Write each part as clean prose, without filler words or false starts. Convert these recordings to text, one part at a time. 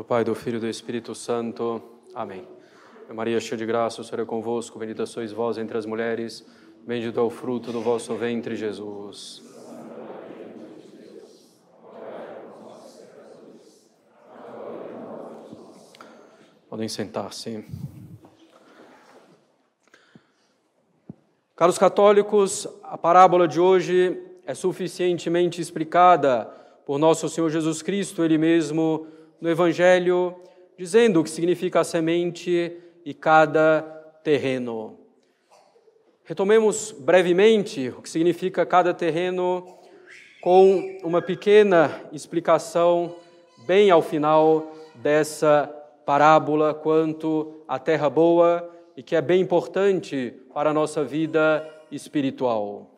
Pai, do Filho e do Espírito Santo. Amém. Maria, cheia de graça, o Senhor é convosco, bendita sois vós entre as mulheres, bendito é o fruto do vosso ventre, Jesus. Podem sentar-se. Caros católicos, a parábola de hoje é suficientemente explicada por nosso Senhor Jesus Cristo, Ele mesmo, no Evangelho, dizendo o que significa a semente e cada terreno. Retomemos brevemente o que significa cada terreno com uma pequena explicação bem ao final dessa parábola quanto à terra boa e que é bem importante para a nossa vida espiritual.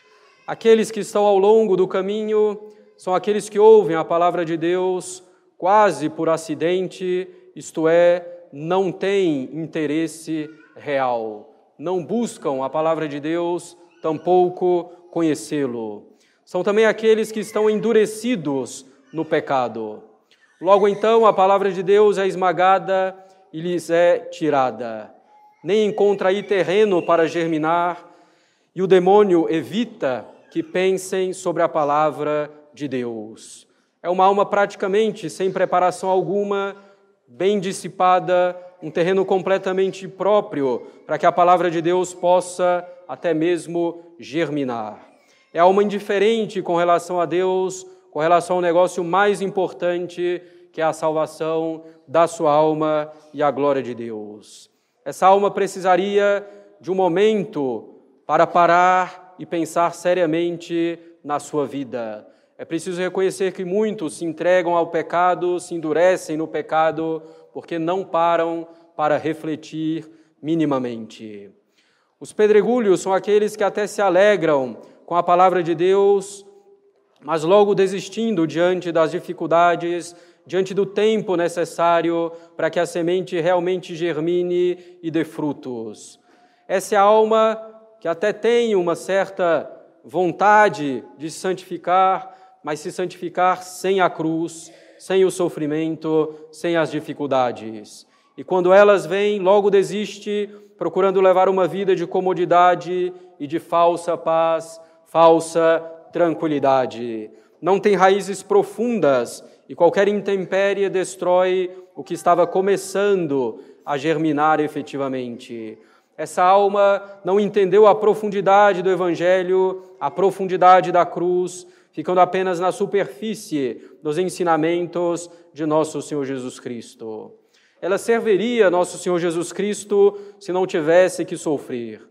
Aqueles que estão ao longo do caminho são aqueles que ouvem a palavra de Deus quase por acidente, isto é, não têm interesse real, não buscam a palavra de Deus, tampouco conhecê-lo. São também aqueles que estão endurecidos no pecado. Logo então, a palavra de Deus é esmagada e lhes é tirada. Nem encontra aí terreno para germinar e o demônio evita que pensem sobre a palavra de Deus. É uma alma praticamente sem preparação alguma, bem dissipada, um terreno completamente próprio para que a palavra de Deus possa até mesmo germinar. É a alma indiferente com relação a Deus, com relação ao negócio mais importante, que é a salvação da sua alma e a glória de Deus. Essa alma precisaria de um momento para parar e pensar seriamente na sua vida. É preciso reconhecer que muitos se entregam ao pecado, se endurecem no pecado, porque não param para refletir minimamente. Os pedregulhos são aqueles que até se alegram com a palavra de Deus, mas logo desistindo diante das dificuldades, diante do tempo necessário para que a semente realmente germine e dê frutos. Essa é a alma que até tem uma certa vontade de se santificar, mas se santificar sem a cruz, sem o sofrimento, sem as dificuldades. E quando elas vêm, logo desiste, procurando levar uma vida de comodidade e de falsa paz, falsa tranquilidade. Não tem raízes profundas e qualquer intempérie destrói o que estava começando a germinar efetivamente. Essa alma não entendeu a profundidade do Evangelho, a profundidade da cruz, ficando apenas na superfície dos ensinamentos de nosso Senhor Jesus Cristo. Ela serviria nosso Senhor Jesus Cristo se não tivesse que sofrer,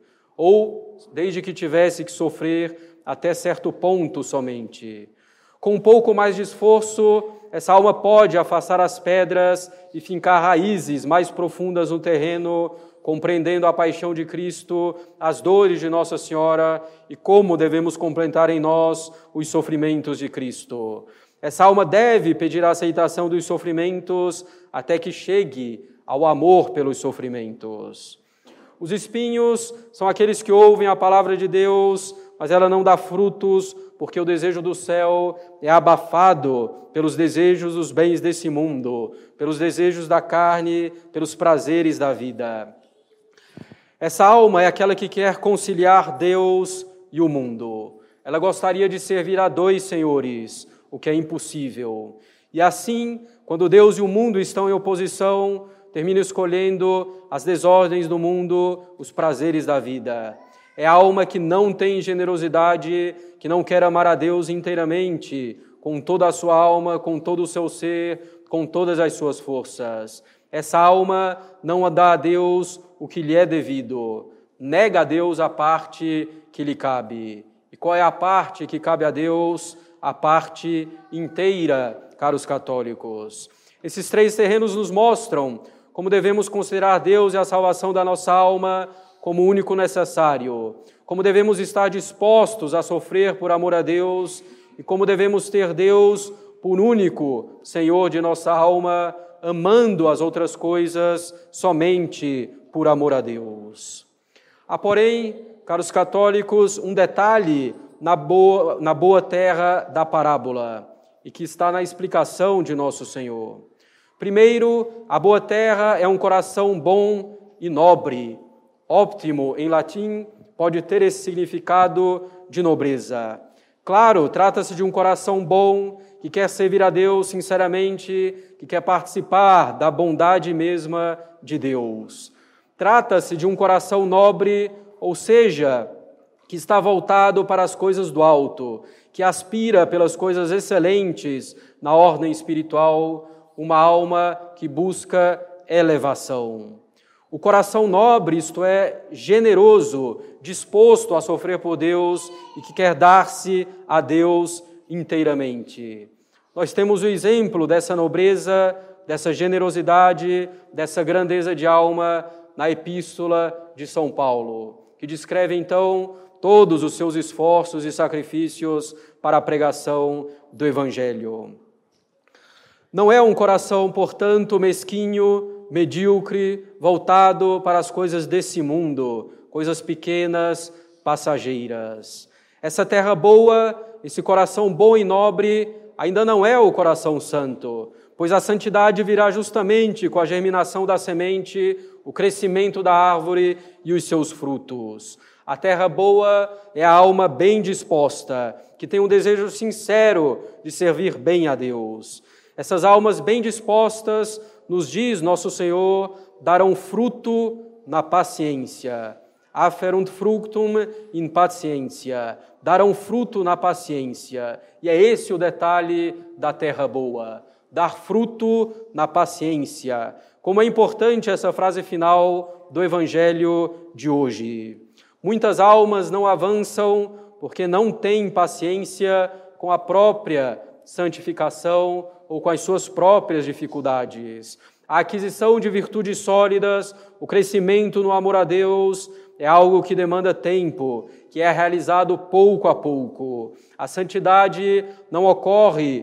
ou desde que tivesse que sofrer até certo ponto somente. Com um pouco mais de esforço, essa alma pode afastar as pedras e fincar raízes mais profundas no terreno, compreendendo a paixão de Cristo, as dores de Nossa Senhora e como devemos completar em nós os sofrimentos de Cristo. Essa alma deve pedir a aceitação dos sofrimentos até que chegue ao amor pelos sofrimentos. Os espinhos são aqueles que ouvem a palavra de Deus, mas ela não dá frutos, porque o desejo do céu é abafado pelos desejos dos bens desse mundo, pelos desejos da carne, pelos prazeres da vida. Essa alma é aquela que quer conciliar Deus e o mundo. Ela gostaria de servir a dois senhores, o que é impossível. E assim, quando Deus e o mundo estão em oposição, termina escolhendo as desordens do mundo, os prazeres da vida. É a alma que não tem generosidade, que não quer amar a Deus inteiramente, com toda a sua alma, com todo o seu ser, com todas as suas forças. Essa alma não dá a Deus o que lhe é devido, nega a Deus a parte que lhe cabe. E qual é a parte que cabe a Deus? A parte inteira, caros católicos. Esses três terrenos nos mostram como devemos considerar Deus e a salvação da nossa alma como único necessário, como devemos estar dispostos a sofrer por amor a Deus e como devemos ter Deus por único Senhor de nossa alma, amando as outras coisas somente por amor a Deus. Há, porém, caros católicos, um detalhe na boa terra da parábola e que está na explicação de nosso Senhor. Primeiro, a boa terra é um coração bom e nobre. Óptimo, em latim, pode ter esse significado de nobreza. Claro, trata-se de um coração bom, que quer servir a Deus sinceramente, que quer participar da bondade mesma de Deus. Trata-se de um coração nobre, ou seja, que está voltado para as coisas do alto, que aspira pelas coisas excelentes na ordem espiritual, uma alma que busca elevação. O coração nobre, isto é, generoso, disposto a sofrer por Deus e que quer dar-se a Deus inteiramente. Nós temos o exemplo dessa nobreza, dessa generosidade, dessa grandeza de alma na Epístola de São Paulo, que descreve então todos os seus esforços e sacrifícios para a pregação do Evangelho. Não é um coração, portanto, mesquinho, medíocre, voltado para as coisas desse mundo, coisas pequenas, passageiras. Essa terra boa, esse coração bom e nobre, ainda não é o coração santo, pois a santidade virá justamente com a germinação da semente, o crescimento da árvore e os seus frutos. A terra boa é a alma bem disposta, que tem um desejo sincero de servir bem a Deus. Essas almas bem dispostas, nos diz nosso Senhor, darão fruto na paciência. Afferunt fructum in patientia. Darão fruto na paciência. E é esse o detalhe da terra boa. Dar fruto na paciência. Como é importante essa frase final do Evangelho de hoje. Muitas almas não avançam porque não têm paciência com a própria santificação ou com as suas próprias dificuldades. A aquisição de virtudes sólidas, o crescimento no amor a Deus, é algo que demanda tempo, que é realizado pouco a pouco. A santidade não ocorre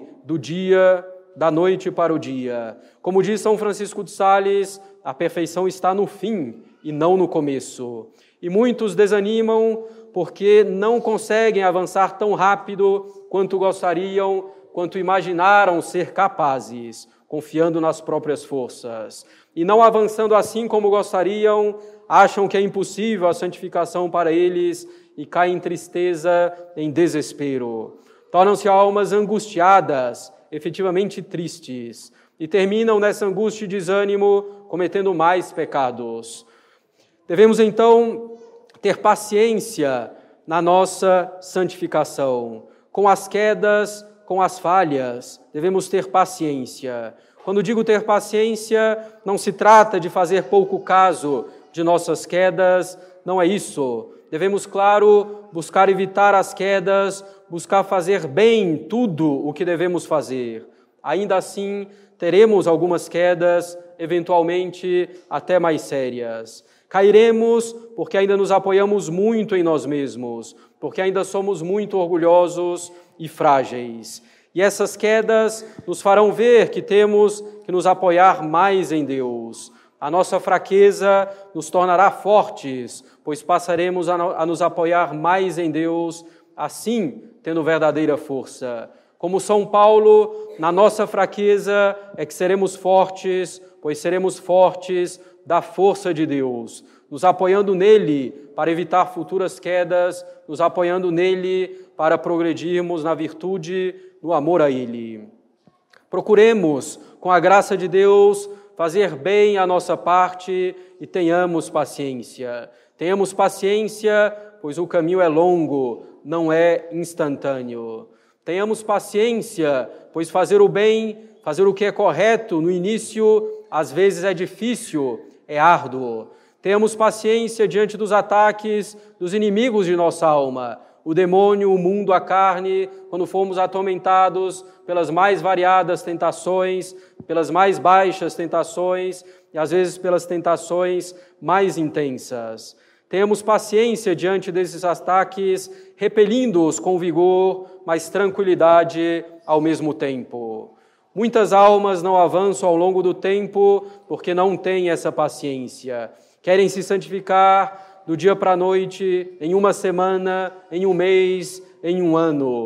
da noite para o dia. Como diz São Francisco de Sales, a perfeição está no fim e não no começo. E muitos desanimam porque não conseguem avançar tão rápido quanto gostariam, quanto imaginaram ser capazes, confiando nas próprias forças. E não avançando assim como gostariam, acham que é impossível a santificação para eles e caem em tristeza, em desespero. Tornam-se almas angustiadas, efetivamente tristes, e terminam nessa angústia e desânimo cometendo mais pecados. Devemos então ter paciência na nossa santificação, com as quedas, com as falhas, devemos ter paciência. Quando digo ter paciência, não se trata de fazer pouco caso de nossas quedas, não é isso. Devemos, claro, buscar evitar as quedas, buscar fazer bem tudo o que devemos fazer. Ainda assim, teremos algumas quedas, eventualmente até mais sérias. Cairemos porque ainda nos apoiamos muito em nós mesmos, porque ainda somos muito orgulhosos e frágeis. E essas quedas nos farão ver que temos que nos apoiar mais em Deus. A nossa fraqueza nos tornará fortes, pois passaremos a nos apoiar mais em Deus, assim tendo verdadeira força. Como São Paulo, na nossa fraqueza é que seremos fortes, pois seremos fortes da força de Deus, nos apoiando nele para evitar futuras quedas, nos apoiando nele para progredirmos na virtude, no amor a ele. Procuremos, com a graça de Deus, fazer bem a nossa parte e tenhamos paciência. Tenhamos paciência, pois o caminho é longo, não é instantâneo. Tenhamos paciência, pois fazer o bem, fazer o que é correto no início, às vezes é difícil, é árduo. Tenhamos paciência diante dos ataques dos inimigos de nossa alma, o demônio, o mundo, a carne, quando fomos atormentados pelas mais variadas tentações, pelas mais baixas tentações e às vezes pelas tentações mais intensas. Tenhamos paciência diante desses ataques, repelindo-os com vigor, mas tranquilidade ao mesmo tempo. Muitas almas não avançam ao longo do tempo porque não têm essa paciência. Querem se santificar do dia para a noite, em uma semana, em um mês, em um ano.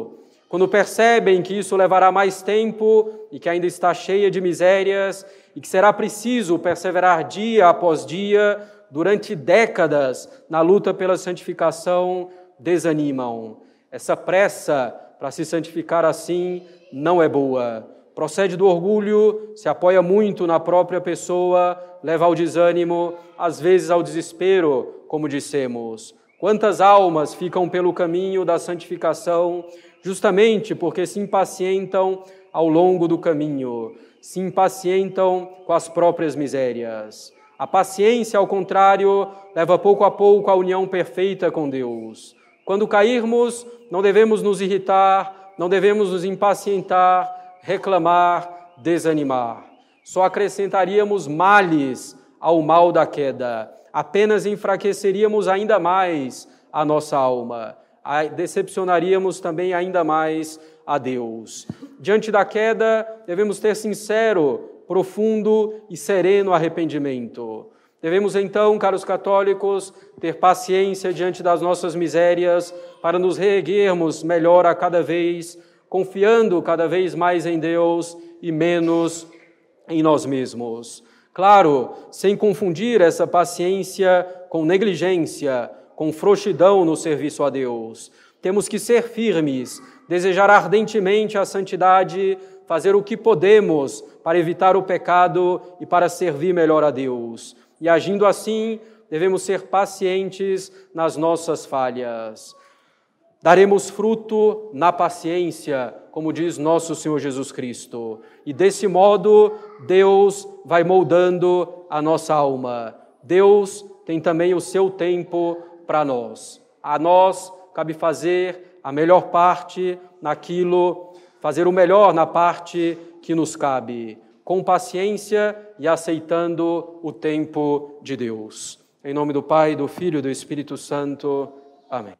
Quando percebem que isso levará mais tempo e que ainda está cheia de misérias e que será preciso perseverar dia após dia, durante décadas, na luta pela santificação, desanimam. Essa pressa para se santificar assim não é boa. Procede do orgulho, se apoia muito na própria pessoa, leva ao desânimo, às vezes ao desespero, como dissemos. Quantas almas ficam pelo caminho da santificação justamente porque se impacientam ao longo do caminho, se impacientam com as próprias misérias. A paciência, ao contrário, leva pouco a pouco à união perfeita com Deus. Quando cairmos, não devemos nos irritar, não devemos nos impacientar, reclamar, desanimar. Só acrescentaríamos males ao mal da queda. Apenas enfraqueceríamos ainda mais a nossa alma. Decepcionaríamos também ainda mais a Deus. Diante da queda, devemos ter sincero, profundo e sereno arrependimento. Devemos então, caros católicos, ter paciência diante das nossas misérias para nos reerguermos melhor a cada vez, confiando cada vez mais em Deus e menos em nós mesmos. Claro, sem confundir essa paciência com negligência, com frouxidão no serviço a Deus. Temos que ser firmes, desejar ardentemente a santidade, fazer o que podemos para evitar o pecado e para servir melhor a Deus. E agindo assim, devemos ser pacientes nas nossas falhas. Daremos fruto na paciência, como diz nosso Senhor Jesus Cristo. E desse modo, Deus vai moldando a nossa alma. Deus tem também o seu tempo para nós. A nós cabe fazer a melhor parte naquilo, fazer o melhor na parte que nos cabe, com paciência e aceitando o tempo de Deus. Em nome do Pai, do Filho e do Espírito Santo. Amém.